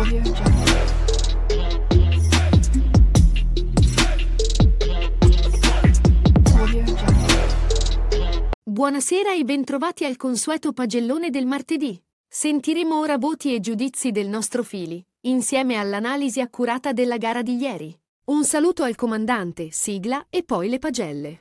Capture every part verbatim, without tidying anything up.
Audio Jungle. Audio Jungle. Buonasera e bentrovati al consueto pagellone del martedì. Sentiremo ora voti e giudizi del nostro Fili, insieme all'analisi accurata della gara di ieri. Un saluto al comandante, sigla e poi le pagelle.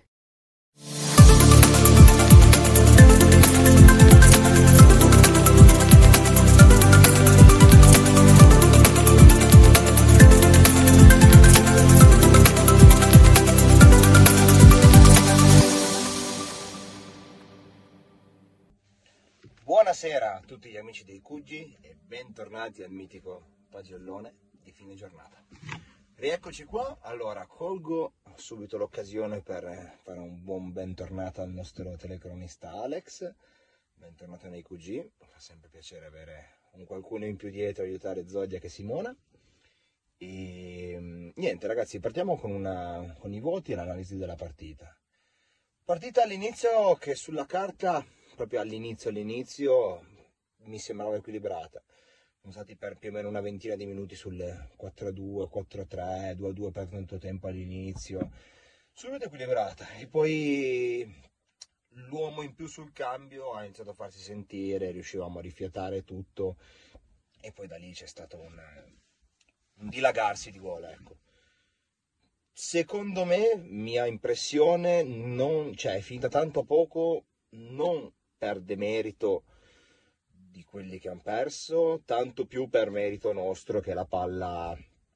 Buonasera a tutti gli amici dei Cuggi e bentornati al mitico pagellone di fine giornata. Rieccoci qua. Allora, colgo subito l'occasione per fare un buon bentornato al nostro telecronista Alex. Bentornato nei Q G, fa sempre piacere avere un qualcuno in più dietro a aiutare Zodiac e Simona. E niente ragazzi, partiamo con, una, con i voti e l'analisi della partita. Partita all'inizio che sulla carta, proprio all'inizio all'inizio, mi sembrava equilibrata. Siamo stati per più o meno una ventina di minuti sul quattro a due, quattro a tre, due a due per tanto tempo all'inizio. Subito equilibrata. E poi l'uomo in più sul cambio ha iniziato a farsi sentire, riuscivamo a rifiatare tutto. E poi da lì c'è stato un, un dilagarsi di gol, ecco. Secondo me, mia impressione, non, cioè è finita tanto a poco, non per demerito di quelli che hanno perso, tanto più per merito nostro che la palla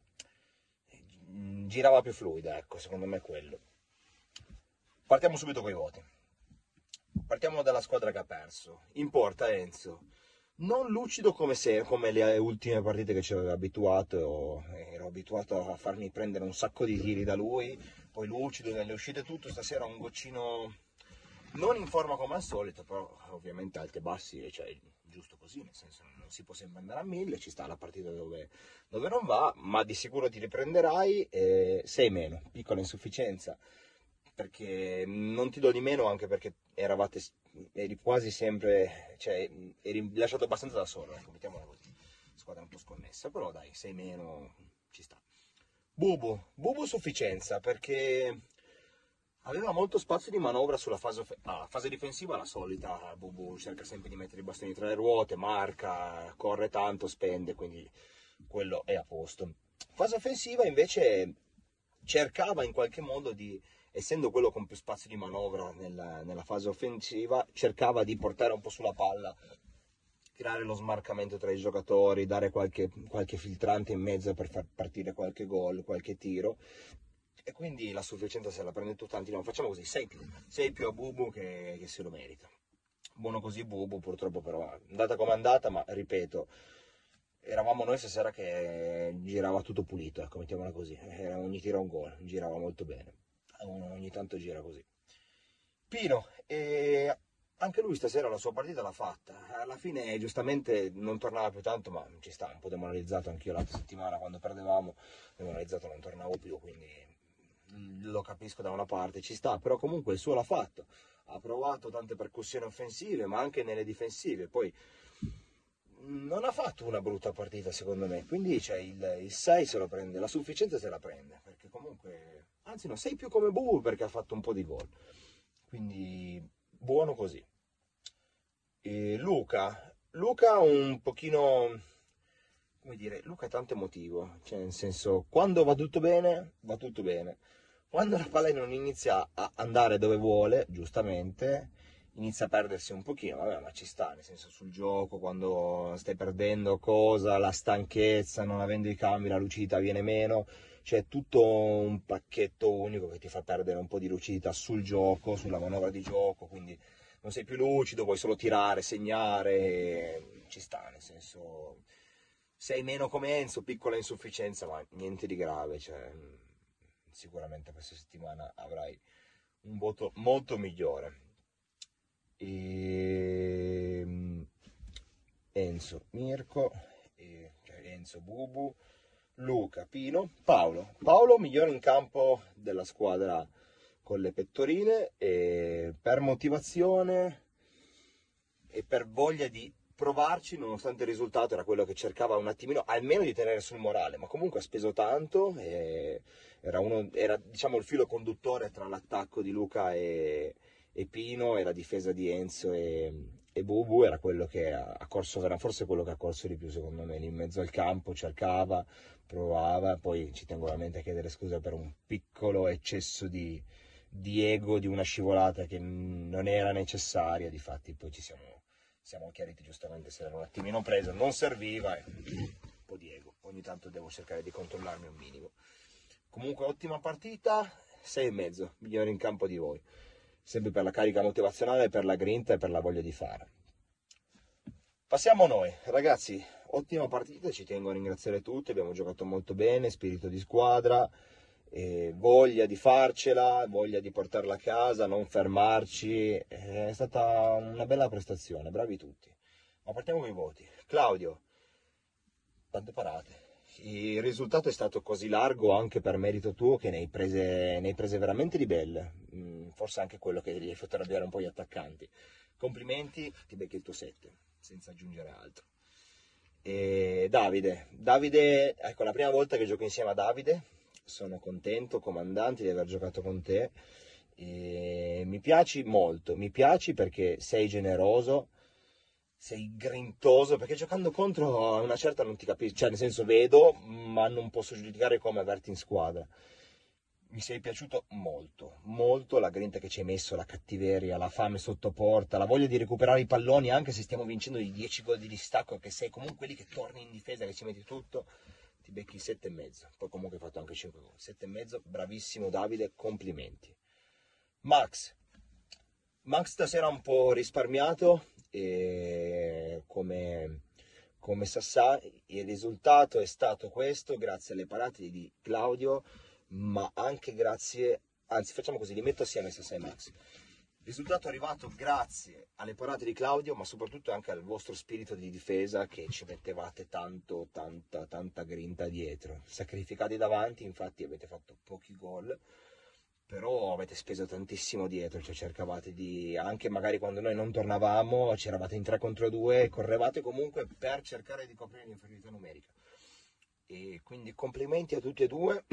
girava più fluida, ecco, secondo me è quello. Partiamo subito con i voti. Partiamo dalla squadra che ha perso. In porta Enzo. Non lucido come, se, come le ultime partite che ci aveva abituato, ero abituato a farmi prendere un sacco di tiri da lui, poi lucido nelle uscite tutto, stasera un goccino non in forma come al solito, però ovviamente alti e bassi, cioè giusto così, nel senso non si può sempre andare a mille, ci sta la partita dove, dove non va, ma di sicuro ti riprenderai, eh, sei meno, piccola insufficienza, perché non ti do di meno anche perché eravate, eri quasi sempre, cioè eri lasciato abbastanza da solo, ecco, mettiamola così, squadra un po' sconnessa, però dai, sei meno, ci sta. Bubu, Bubu sufficienza, perché aveva molto spazio di manovra sulla fase, ah, fase difensiva, la solita, Bubu cerca sempre di mettere i bastoni tra le ruote, marca, corre tanto, spende, quindi quello è a posto. Fase offensiva invece cercava in qualche modo di, essendo quello con più spazio di manovra nella, nella fase offensiva, cercava di portare un po' sulla palla, creare lo smarcamento tra i giocatori, dare qualche, qualche filtrante in mezzo per far partire qualche gol, qualche tiro. E quindi la sufficienza se la prende tu tanti, no, facciamo così, sei più, sei più a Bubu che, che se lo merita. Buono così Bubu, purtroppo però è andata come è andata, ma ripeto, eravamo noi stasera che girava tutto pulito, ecco, mettiamola così, era ogni tiro un gol, girava molto bene, ogni tanto gira così. Pino, e anche lui stasera la sua partita l'ha fatta, alla fine giustamente non tornava più tanto, ma ci sta, un po' demoralizzato anch'io l'altra settimana quando perdevamo, demoralizzato non tornavo più, quindi lo capisco da una parte, ci sta, però comunque il suo l'ha fatto, ha provato tante percussioni offensive ma anche nelle difensive, poi non ha fatto una brutta partita secondo me, quindi cioè, il, il sei se lo prende, la sufficienza se la prende, perché comunque, anzi no, sei più come Bubu perché ha fatto un po' di gol, quindi buono così. E Luca, Luca un pochino, come dire, Luca è tanto emotivo, cioè nel senso, quando va tutto bene, va tutto bene. Quando la palla non inizia a andare dove vuole, giustamente, inizia a perdersi un pochino, vabbè, ma ci sta, nel senso sul gioco, quando stai perdendo cosa, la stanchezza, non avendo i cambi, la lucidità viene meno, c'è tutto un pacchetto unico che ti fa perdere un po' di lucidità sul gioco, sulla manovra di gioco, quindi non sei più lucido, vuoi solo tirare, segnare, ci sta, nel senso, sei meno come Enzo, piccola insufficienza, ma niente di grave, cioè sicuramente questa settimana avrai un voto molto migliore. E... Enzo, Mirko, e... cioè Enzo, Bubu, Luca, Pino, Paolo. Paolo migliore in campo della squadra con le pettorine, e per motivazione e per voglia di provarci, nonostante il risultato era quello che cercava un attimino, almeno di tenere sul morale, ma comunque ha speso tanto, e era, uno, era diciamo il filo conduttore tra l'attacco di Luca e, e Pino e la difesa di Enzo e, e Bubu, era quello che ha, ha corso, era forse quello che ha corso di più secondo me, lì in mezzo al campo, cercava, provava, poi ci tengo veramente a chiedere scusa per un piccolo eccesso di, di ego, di una scivolata che non era necessaria, difatti poi ci siamo... siamo chiariti giustamente se era un attimino preso, non serviva, e un po' di ego, ogni tanto devo cercare di controllarmi un minimo. Comunque ottima partita, sei e mezzo, migliore in campo di voi, sempre per la carica motivazionale, per la grinta e per la voglia di fare. Passiamo a noi, ragazzi, ottima partita, ci tengo a ringraziare tutti, abbiamo giocato molto bene, spirito di squadra, e voglia di farcela, voglia di portarla a casa, non fermarci, è stata una bella prestazione, bravi tutti. Ma partiamo con i voti. Claudio, tante parate. Il risultato è stato così largo anche per merito tuo che ne hai prese, ne hai prese veramente di belle, forse anche quello che gli hai fatto arrabbiare un po' gli attaccanti. Complimenti, ti becchi il tuo sette, senza aggiungere altro. E Davide, Davide, ecco, la prima volta che gioco insieme a Davide, sono contento, comandante, di aver giocato con te, e mi piaci molto, mi piaci perché sei generoso, sei grintoso, perché giocando contro a una certa non ti capisco, cioè nel senso vedo, ma non posso giudicare come averti in squadra. Mi sei piaciuto molto, molto, la grinta che ci hai messo, la cattiveria, la fame sotto porta, la voglia di recuperare i palloni anche se stiamo vincendo di dieci gol di distacco, che sei comunque lì che torni in difesa, che ci metti tutto. Ti becchi il sette e mezzo, poi comunque hai fatto anche cinque gol, sette e mezzo, bravissimo Davide, complimenti. Max, Max stasera un po' risparmiato, e come, come Sassà, il risultato è stato questo, grazie alle parate di Claudio, ma anche grazie, anzi facciamo così, li metto assieme Sassà e Max. Il risultato è arrivato grazie alle parate di Claudio, ma soprattutto anche al vostro spirito di difesa, che ci mettevate tanto, tanta, tanta grinta dietro. Sacrificati davanti, infatti avete fatto pochi gol, però avete speso tantissimo dietro, cioè cercavate di, anche magari quando noi non tornavamo, c'eravate in tre contro due, correvate comunque per cercare di coprire l'inferiorità numerica. E quindi complimenti a tutti e due,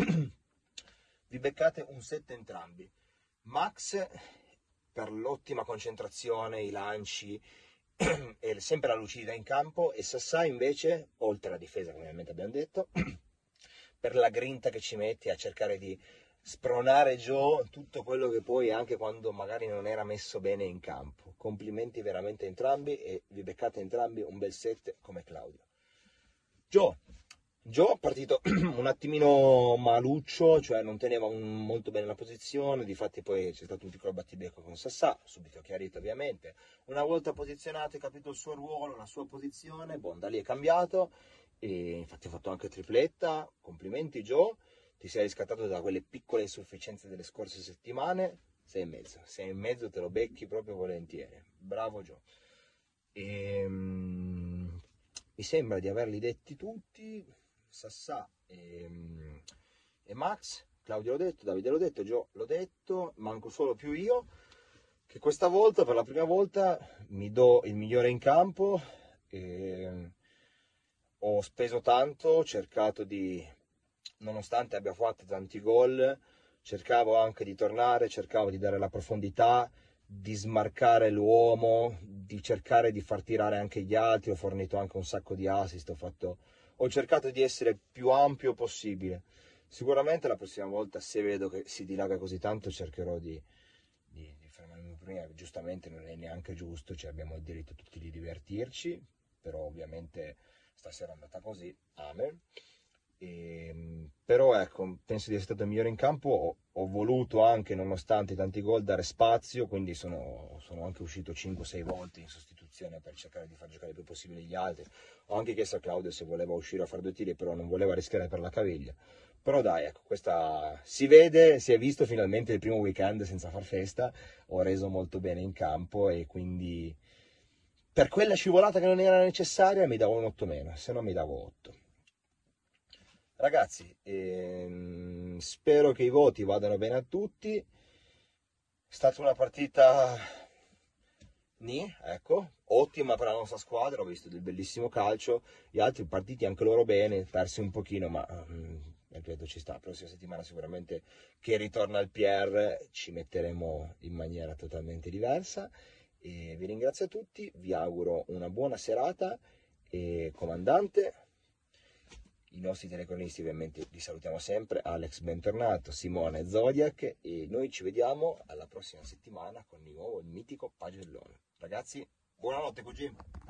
vi beccate un sette entrambi. Max per l'ottima concentrazione, i lanci e sempre la lucidità in campo, e Sassà invece, oltre alla difesa come ovviamente abbiamo detto, per la grinta che ci metti a cercare di spronare Joe tutto quello che puoi anche quando magari non era messo bene in campo. Complimenti veramente a entrambi, e vi beccate entrambi un bel sette come Claudio. Joe Joe è partito un attimino maluccio, cioè non teneva un, molto bene la posizione, difatti poi c'è stato un piccolo battibecco con Sassà, subito chiarito ovviamente. Una volta posizionato e capito il suo ruolo, la sua posizione, boh, da lì è cambiato, e infatti ha fatto anche tripletta. Complimenti Joe, ti sei riscattato da quelle piccole insufficienze delle scorse settimane, sei e mezzo, sei e mezzo te lo becchi proprio volentieri, bravo Joe. E, um, mi sembra di averli detti tutti. Sassà e, e Max, Claudio l'ho detto, Davide l'ho detto, Joe l'ho detto, manco solo più io, che questa volta, per la prima volta, mi do il migliore in campo. E ho speso tanto, ho cercato di, nonostante abbia fatto tanti gol, cercavo anche di tornare, cercavo di dare la profondità, di smarcare l'uomo, di cercare di far tirare anche gli altri, ho fornito anche un sacco di assist, ho fatto... Ho cercato di essere più ampio possibile. Sicuramente la prossima volta, se vedo che si dilaga così tanto, cercherò di, di, di fermarmi prima. Giustamente non è neanche giusto, cioè abbiamo il diritto tutti di divertirci, però ovviamente stasera è andata così, amen. E, però ecco, penso di essere stato il migliore in campo, ho, ho voluto anche, nonostante tanti gol, dare spazio, quindi sono, sono anche uscito cinque sei volte in sostituzione per cercare di far giocare il più possibile gli altri. Ho anche chiesto a Claudio se voleva uscire a fare due tiri, però non voleva rischiare per la caviglia. Però dai, ecco, questa si vede, si è visto finalmente il primo weekend senza far festa, ho reso molto bene in campo, e quindi per quella scivolata che non era necessaria mi davo un otto meno, se no mi davo otto. Ragazzi, ehm, spero che i voti vadano bene a tutti. È stata una partita Ni, ecco, ottima per la nostra squadra, ho visto del bellissimo calcio, gli altri partiti anche loro bene, persi un pochino, ma um, ripeto, ci sta. La prossima settimana sicuramente che ritorna il P R ci metteremo in maniera totalmente diversa. E vi ringrazio a tutti, vi auguro una buona serata e comandante, i nostri telecronisti ovviamente li salutiamo sempre, Alex bentornato, Simone Zodiac, e noi ci vediamo alla prossima settimana con di nuovo il mitico Pagellone. Ragazzi, buonanotte cugini!